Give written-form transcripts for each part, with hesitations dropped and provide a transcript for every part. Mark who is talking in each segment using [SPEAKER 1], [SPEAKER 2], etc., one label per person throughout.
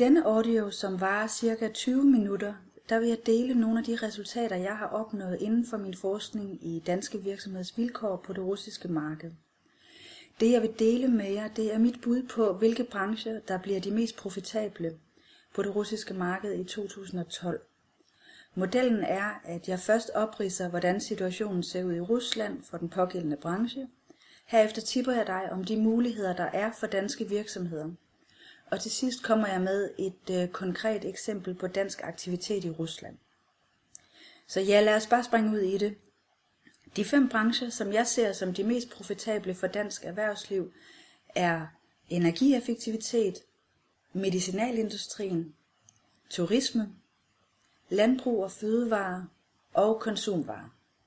[SPEAKER 1] denne audio, som varer cirka 20 minutter, der vil jeg dele nogle af de resultater, jeg har opnået inden for min forskning i danske virksomheders vilkår på det russiske marked. Det jeg vil dele med jer, det er mit bud på, hvilke brancher, der bliver de mest profitable på det russiske marked i 2012. Modellen er, at jeg først opridser, hvordan situationen ser ud i Rusland for den pågældende branche. Herefter tipper jeg dig om de muligheder, der er for danske virksomheder. Og til sidst kommer jeg med et konkret eksempel på dansk aktivitet i Rusland. Så ja, lad os bare springe ud i det. De 5 brancher, som jeg ser som de mest profitable for dansk erhvervsliv, er energieffektivitet, medicinalindustrien, turisme, landbrug og fødevarer og konsumvarer.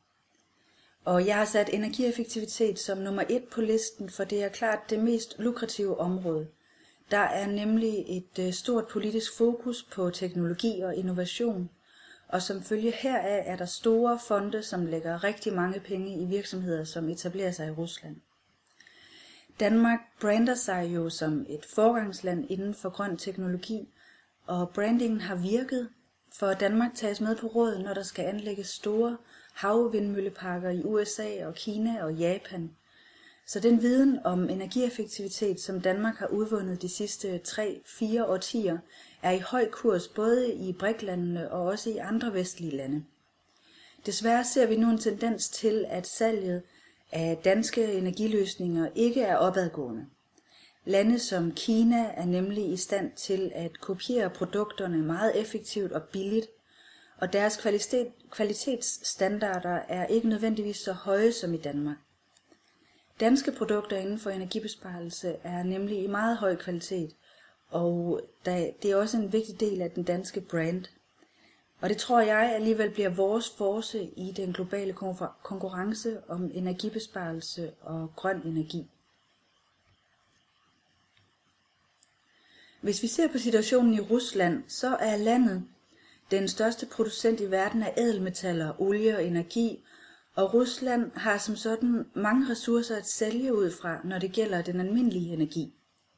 [SPEAKER 1] Og jeg har sat energieffektivitet som nummer 1 på listen, for det er klart det mest lukrative område. Der er nemlig et stort politisk fokus på teknologi og innovation, og som følge heraf er der store fonde, som lægger rigtig mange penge i virksomheder, som etablerer sig i Rusland. Danmark brander sig jo som et foregangsland inden for grøn teknologi, og brandingen har virket, for Danmark tages med på råd, når der skal anlægges store havvindmølleparker i USA og Kina og Japan. Så den viden om energieffektivitet, som Danmark har udvundet de sidste 3-4 årtier, er i høj kurs både i BRIC-landene og også i andre vestlige lande. Desværre ser vi nu en tendens til, at salget af danske energiløsninger ikke er opadgående. Lande som Kina er nemlig i stand til at kopiere produkterne meget effektivt og billigt, og deres kvalitetsstandarder er ikke nødvendigvis så høje som i Danmark. Danske produkter inden for energibesparelse er nemlig i meget høj kvalitet, og det er også en vigtig del af den danske brand. Og det tror jeg alligevel bliver vores force i den globale konkurrence om energibesparelse og grøn energi. Hvis vi ser på situationen i Rusland, så er landet den største producent i verden af ædelmetaller, olie og energi, og Rusland har som sådan mange ressourcer at sælge ud fra, når det gælder den almindelige energi.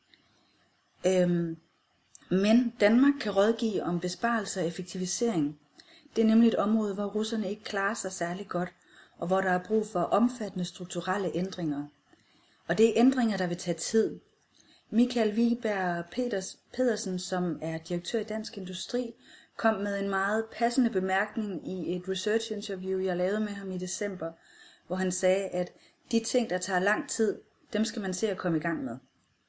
[SPEAKER 1] Men Danmark kan rådgive om besparelse og effektivisering. Det er nemlig et område, hvor russerne ikke klarer sig særlig godt, og hvor der er brug for omfattende strukturelle ændringer. Og det er ændringer, der vil tage tid. Michael Wiberg Pedersen, som er direktør i Dansk Industri, kom med en meget passende bemærkning i et research interview, jeg lavede med ham i december, hvor han sagde, at de ting, der tager lang tid, dem skal man se at komme i gang med.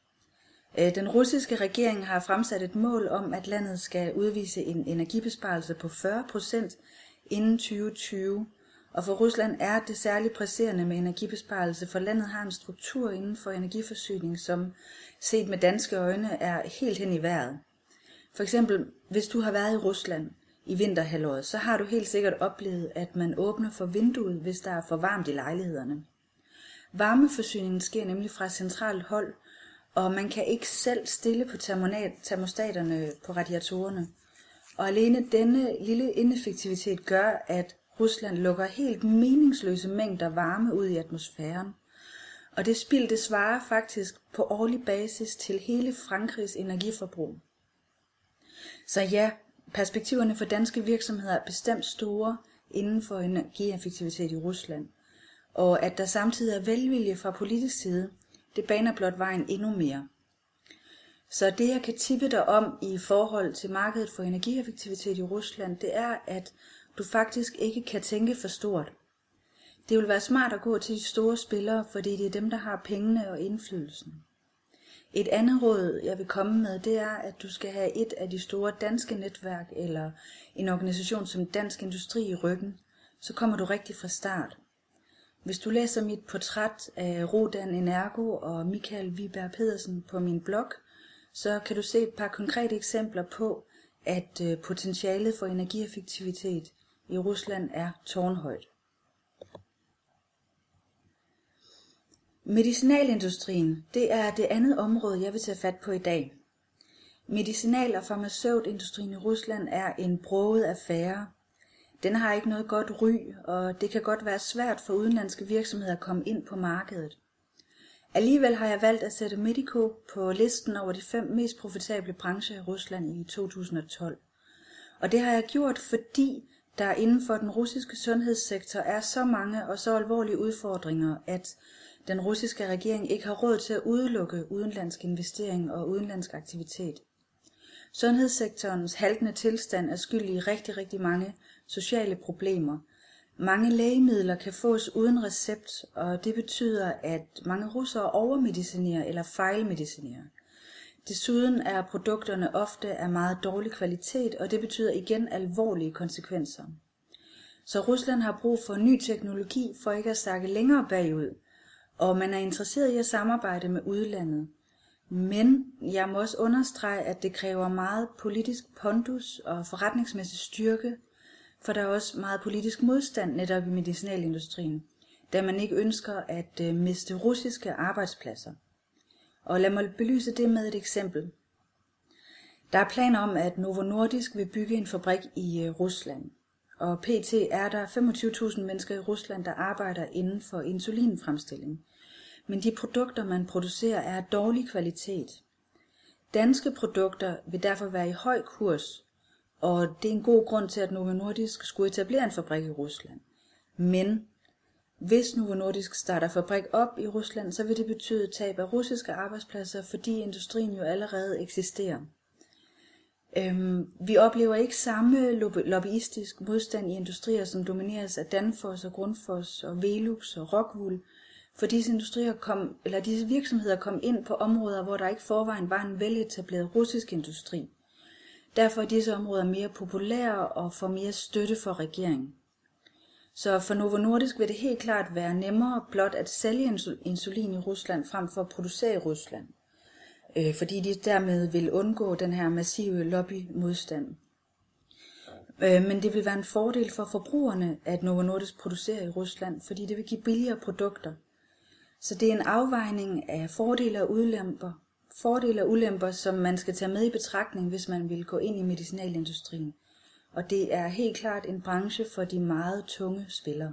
[SPEAKER 1] Den russiske regering har fremsat et mål om, at landet skal udvise en energibesparelse på 40% inden 2020, og for Rusland er det særligt presserende med energibesparelse, for landet har en struktur inden for energiforsyning, som set med danske øjne er helt hen i vejret. For eksempel, hvis du har været i Rusland i vinterhalvåret, så har du helt sikkert oplevet, at man åbner for vinduet, hvis der er for varmt i lejlighederne. Varmeforsyningen sker nemlig fra centralt hold, og man kan ikke selv stille på termostaterne på radiatorerne. Og alene denne lille ineffektivitet gør, at Rusland lukker helt meningsløse mængder varme ud i atmosfæren. Og det spild, det svarer faktisk på årlig basis til hele Frankrigs energiforbrug. Så ja, perspektiverne for danske virksomheder er bestemt store inden for energieffektivitet i Rusland. Og at der samtidig er velvilje fra politisk side, det baner blot vejen endnu mere. Så det jeg kan tippe dig om i forhold til markedet for energieffektivitet i Rusland, det er, at du faktisk ikke kan tænke for stort. Det vil være smart at gå til de store spillere, fordi det er dem, der har pengene og indflydelsen. Et andet råd, jeg vil komme med, det er, at du skal have et af de store danske netværk eller en organisation som Dansk Industri i ryggen, så kommer du rigtig fra start. Hvis du læser mit portræt af Rodan Energo og Michael Wiberg Pedersen på min blog, så kan du se et par konkrete eksempler på, at potentialet for energieffektivitet i Rusland er tårnhøjt. Medicinalindustrien, det er det andet område, jeg vil tage fat på i dag. Medicinal- og farmaceutindustrien i Rusland er en broget affære. Den har ikke noget godt ry, og det kan godt være svært for udenlandske virksomheder at komme ind på markedet. Alligevel har jeg valgt at sætte Medico på listen over de 5 mest profitable brancher i Rusland i 2012. Og det har jeg gjort, fordi der inden for den russiske sundhedssektor er så mange og så alvorlige udfordringer, at den russiske regering ikke har råd til at udelukke udenlandsk investering og udenlandsk aktivitet. Sundhedssektorens haltende tilstand er skyld i rigtig mange sociale problemer. Mange lægemidler kan fås uden recept, og det betyder, at mange russere overmedicinerer eller fejlmedicinerer. Desuden er produkterne ofte af meget dårlig kvalitet, og det betyder igen alvorlige konsekvenser. Så Rusland har brug for ny teknologi for ikke at sakke længere bagud, og man er interesseret i at samarbejde med udlandet. Men jeg må også understrege, at det kræver meget politisk pondus og forretningsmæssig styrke, for der er også meget politisk modstand netop i medicinalindustrien, da man ikke ønsker at miste russiske arbejdspladser. Og lad mig belyse det med et eksempel. Der er planer om, at Novo Nordisk vil bygge en fabrik i Rusland, og pt. Er der 25.000 mennesker i Rusland, der arbejder inden for insulinfremstilling. Men de produkter, man producerer, er af dårlig kvalitet. Danske produkter vil derfor være i høj kurs, og det er en god grund til, at Novo Nordisk skulle etablere en fabrik i Rusland. Men hvis Novo Nordisk starter fabrik op i Rusland, så vil det betyde tab af russiske arbejdspladser, fordi industrien jo allerede eksisterer. Vi oplever ikke samme lobbyistisk modstand i industrier, som domineres af Danfoss og Grundfos og Velux og Rockwool, for disse virksomheder kom ind på områder, hvor der ikke forvejen var en veletableret russisk industri. Derfor er disse områder mere populære og får mere støtte fra regeringen. Så for Novo Nordisk vil det helt klart være nemmere blot at sælge insulin i Rusland frem for at producere i Rusland, fordi de dermed vil undgå den her massive lobbymodstand. Men det vil være en fordel for forbrugerne, at Novo Nordisk producerer i Rusland, fordi det vil give billigere produkter. Så det er en afvejning af fordele og ulemper, som man skal tage med i betragtning, hvis man vil gå ind i medicinalindustrien. Og det er helt klart en branche for de meget tunge spillere.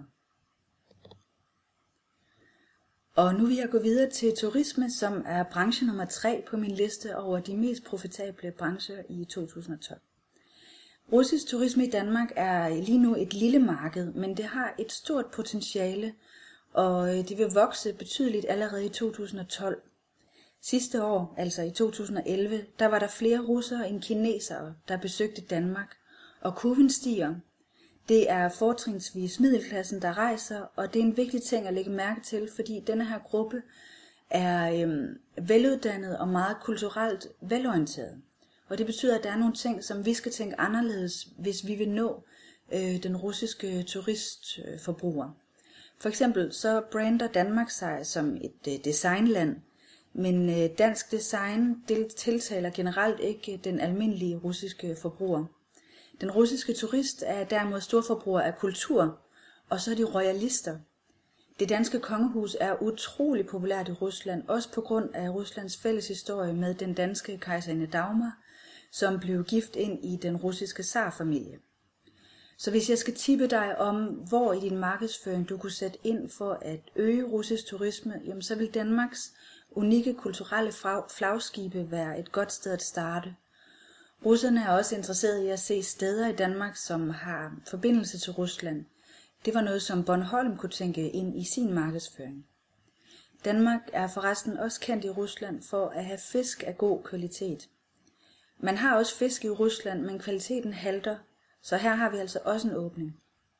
[SPEAKER 1] Og nu vil jeg gå videre til turisme, som er branche nummer 3 på min liste over de mest profitable brancher i 2012. Russisk turisme i Danmark er lige nu et lille marked, men det har et stort potentiale, og det vil vokse betydeligt allerede i 2012. Sidste år, altså i 2011, der var der flere russere end kinesere, der besøgte Danmark, og kurven stiger. Det er fortrinsvis middelklassen, der rejser, og det er en vigtig ting at lægge mærke til, fordi denne her gruppe er veluddannet og meget kulturelt velorienteret. Og det betyder, at der er nogle ting, som vi skal tænke anderledes, hvis vi vil nå den russiske turistforbruger. For eksempel så brander Danmark sig som et designland, men dansk design tiltaler generelt ikke den almindelige russiske forbruger. Den russiske turist er derimod storforbruger af kultur, og så er de royalister. Det danske kongehus er utrolig populært i Rusland, også på grund af Ruslands fælles historie med den danske kejserinde Dagmar, som blev gift ind i den russiske zarfamilie. Så hvis jeg skal tippe dig om, hvor i din markedsføring du kunne sætte ind for at øge russisk turisme, jamen så vil Danmarks unikke kulturelle flagskibe være et godt sted at starte. Russerne er også interesserede i at se steder i Danmark, som har forbindelse til Rusland. Det var noget, som Bornholm kunne tænke ind i sin markedsføring. Danmark er forresten også kendt i Rusland for at have fisk af god kvalitet. Man har også fisk i Rusland, men kvaliteten halter, så her har vi altså også en åbning.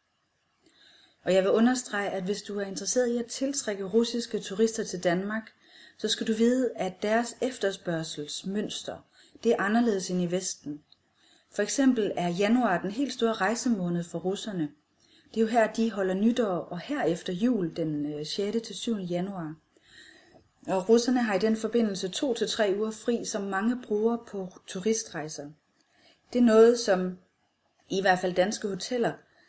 [SPEAKER 1] Og jeg vil understrege, at hvis du er interesseret i at tiltrække russiske turister til Danmark, så skal du vide, at deres efterspørgselsmønster, det er anderledes end i Vesten. For eksempel er januar den helt store rejsemåned for russerne. Det er jo her, de holder nytår, og herefter jul den 6. til 7. januar. Og russerne har i den forbindelse 2 til 3 uger fri, som mange bruger på turistrejser. Det er noget, som i hvert fald danske hoteller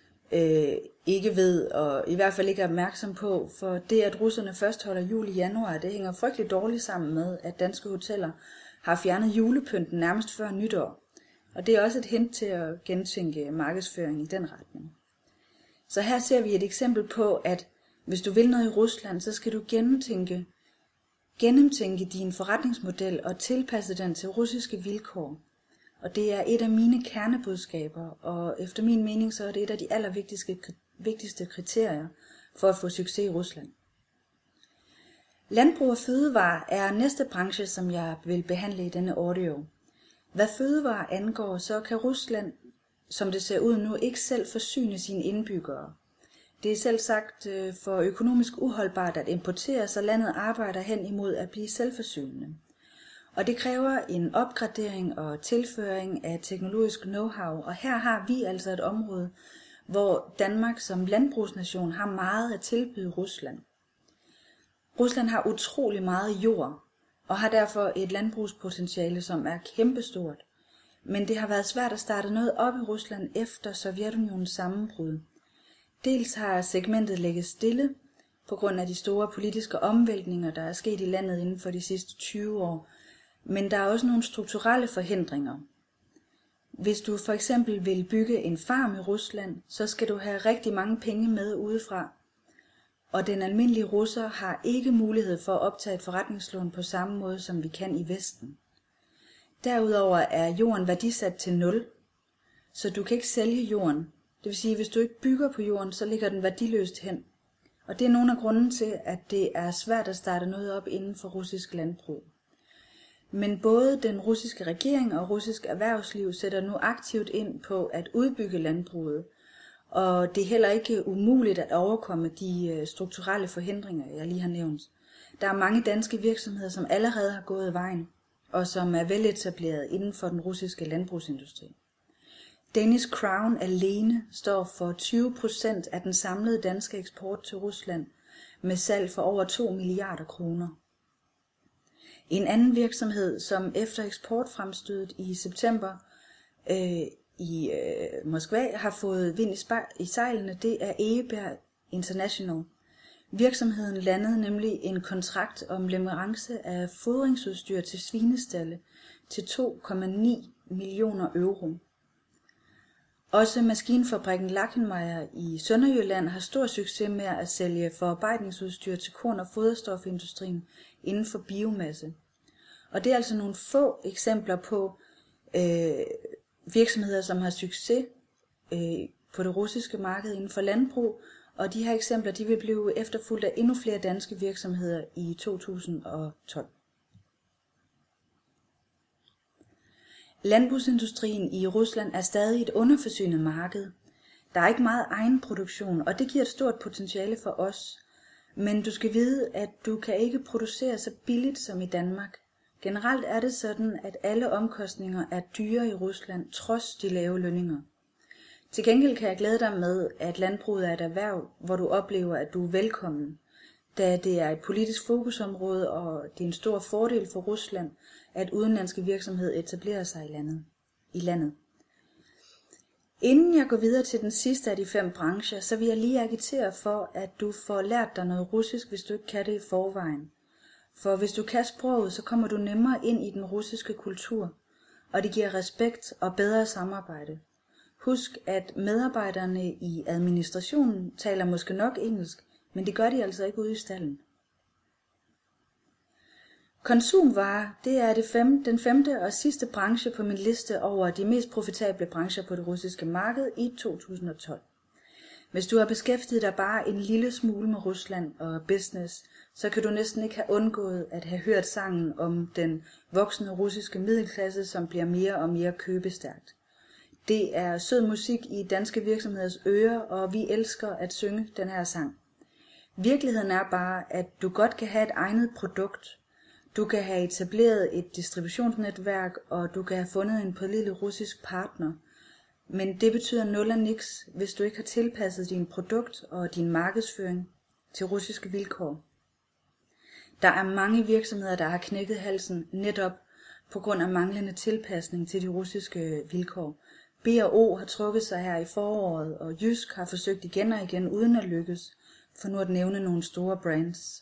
[SPEAKER 1] ikke ved, og i hvert fald ikke er opmærksom på, for det, at russerne først holder jul i januar, det hænger frygtelig dårligt sammen med, at danske hoteller har fjernet julepynten nærmest før nytår. Og det er også et hint til at gentænke markedsføring i den retning. Så her ser vi et eksempel på, at hvis du vil noget i Rusland, så skal du gentænke Gennemtænke din forretningsmodel og tilpasse den til russiske vilkår. Og det er et af mine kernebudskaber, og efter min mening så er det et af de allervigtigste kriterier for at få succes i Rusland. Landbrug og fødevare er næste branche, som jeg vil behandle i denne audio. Hvad fødevare angår, så kan Rusland, som det ser ud nu, ikke selv forsyne sine indbyggere. Det er selv sagt for økonomisk uholdbart at importere, så landet arbejder hen imod at blive selvforsynende. Og det kræver en opgradering og tilføring af teknologisk know-how, og her har vi altså et område, hvor Danmark som landbrugsnation har meget at tilbyde Rusland. Rusland har utrolig meget jord, og har derfor et landbrugspotentiale, som er kæmpestort. Men det har været svært at starte noget op i Rusland efter Sovjetunionens sammenbrud. Dels har segmentet ligget stille på grund af de store politiske omvæltninger, der er sket i landet inden for de sidste 20 år, men der er også nogle strukturelle forhindringer. Hvis du for eksempel vil bygge en farm i Rusland, så skal du have rigtig mange penge med udefra, og den almindelige russer har ikke mulighed for at optage et forretningslån på samme måde, som vi kan i Vesten. Derudover er jorden værdisat til 0, så du kan ikke sælge jorden. Det vil sige, at hvis du ikke bygger på jorden, så ligger den værdiløst hen. Og det er nogle af grunden til, at det er svært at starte noget op inden for russisk landbrug. Men både den russiske regering og russisk erhvervsliv sætter nu aktivt ind på at udbygge landbruget. Og det er heller ikke umuligt at overkomme de strukturelle forhindringer, jeg lige har nævnt. Der er mange danske virksomheder, som allerede har gået vejen, og som er veletableret inden for den russiske landbrugsindustri. Danish Crown alene står for 20% af den samlede danske eksport til Rusland, med salg for over 2 milliarder kroner. En anden virksomhed, som efter eksportfremstødet i september i Moskva har fået vind i sejlene, det er Egeberg International. Virksomheden landede nemlig en kontrakt om leverance af fodringsudstyr til svinestalde til 2,9 millioner euro. Også maskinfabrikken Lachenmeier i Sønderjylland har stor succes med at sælge forarbejdningsudstyr til korn- og foderstofindustrien inden for biomasse. Og det er altså nogle få eksempler på virksomheder, som har succes på det russiske marked inden for landbrug, og de her eksempler de vil blive efterfulgt af endnu flere danske virksomheder i 2012. Landbrugsindustrien i Rusland er stadig et underforsynet marked. Der er ikke meget egen produktion, og det giver et stort potentiale for os. Men du skal vide, at du kan ikke producere så billigt som i Danmark. Generelt er det sådan, at alle omkostninger er dyre i Rusland, trods de lave lønninger. Til gengæld kan jeg glæde dig med, at landbruget er et erhverv, hvor du oplever, at du er velkommen, da det er et politisk fokusområde, og det er en stor fordel for Rusland, at udenlandske virksomheder etablerer sig i landet. Inden jeg går videre til den sidste af de 5 brancher, så vil jeg lige agitere for, at du får lært dig noget russisk, hvis du ikke kan det i forvejen. For hvis du kan sproget, så kommer du nemmere ind i den russiske kultur, og det giver respekt og bedre samarbejde. Husk, at medarbejderne i administrationen taler måske nok engelsk, men det gør de altså ikke ude i stalden. Konsumvarer, det er den 5. og sidste branche på min liste over de mest profitable brancher på det russiske marked i 2012. Hvis du har beskæftiget dig bare en lille smule med Rusland og business, så kan du næsten ikke have undgået at have hørt sangen om den voksende russiske middelklasse, som bliver mere og mere købestærkt. Det er sød musik i danske virksomheders ører, og vi elsker at synge den her sang. Virkeligheden er bare, at du godt kan have et egnet produkt. Du kan have etableret et distributionsnetværk, og du kan have fundet en pålidelig russisk partner. Men det betyder nul og niks, hvis du ikke har tilpasset din produkt og din markedsføring til russiske vilkår. Der er mange virksomheder, der har knækket halsen netop på grund af manglende tilpasning til de russiske vilkår. B&O har trukket sig her i foråret, og Jysk har forsøgt igen og igen uden at lykkes, for nu at nævne nogle store brands.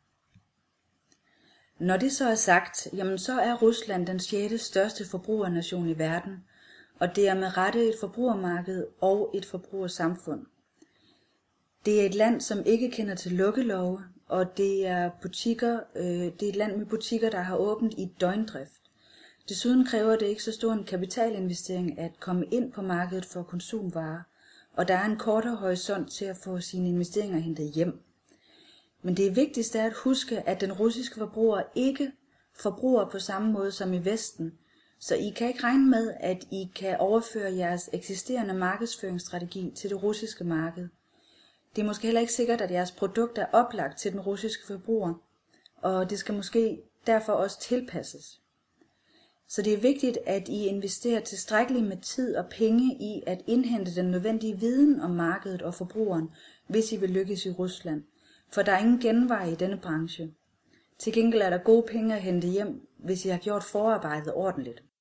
[SPEAKER 1] Når det så er sagt, jamen så er Rusland den 6. største forbrugernation i verden, og det er med rette et forbrugermarked og et forbrugersamfund. Det er et land, som ikke kender til lukkelove, og det er det er et land med butikker, der har åbent i døgndrift. Desuden kræver det ikke så stor en kapitalinvestering at komme ind på markedet for konsumvarer, og der er en kortere horisont til at få sine investeringer hentet hjem. Men det vigtigste er at huske, at den russiske forbruger ikke forbruger på samme måde som i Vesten, så I kan ikke regne med, at I kan overføre jeres eksisterende markedsføringsstrategi til det russiske marked. Det er måske heller ikke sikkert, at jeres produkt er oplagt til den russiske forbruger, og det skal måske derfor også tilpasses. Så det er vigtigt, at I investerer tilstrækkeligt med tid og penge i at indhente den nødvendige viden om markedet og forbrugeren, hvis I vil lykkes i Rusland, for der er ingen genvej i denne branche. Til gengæld er der gode penge at hente hjem, hvis I har gjort forarbejdet ordentligt.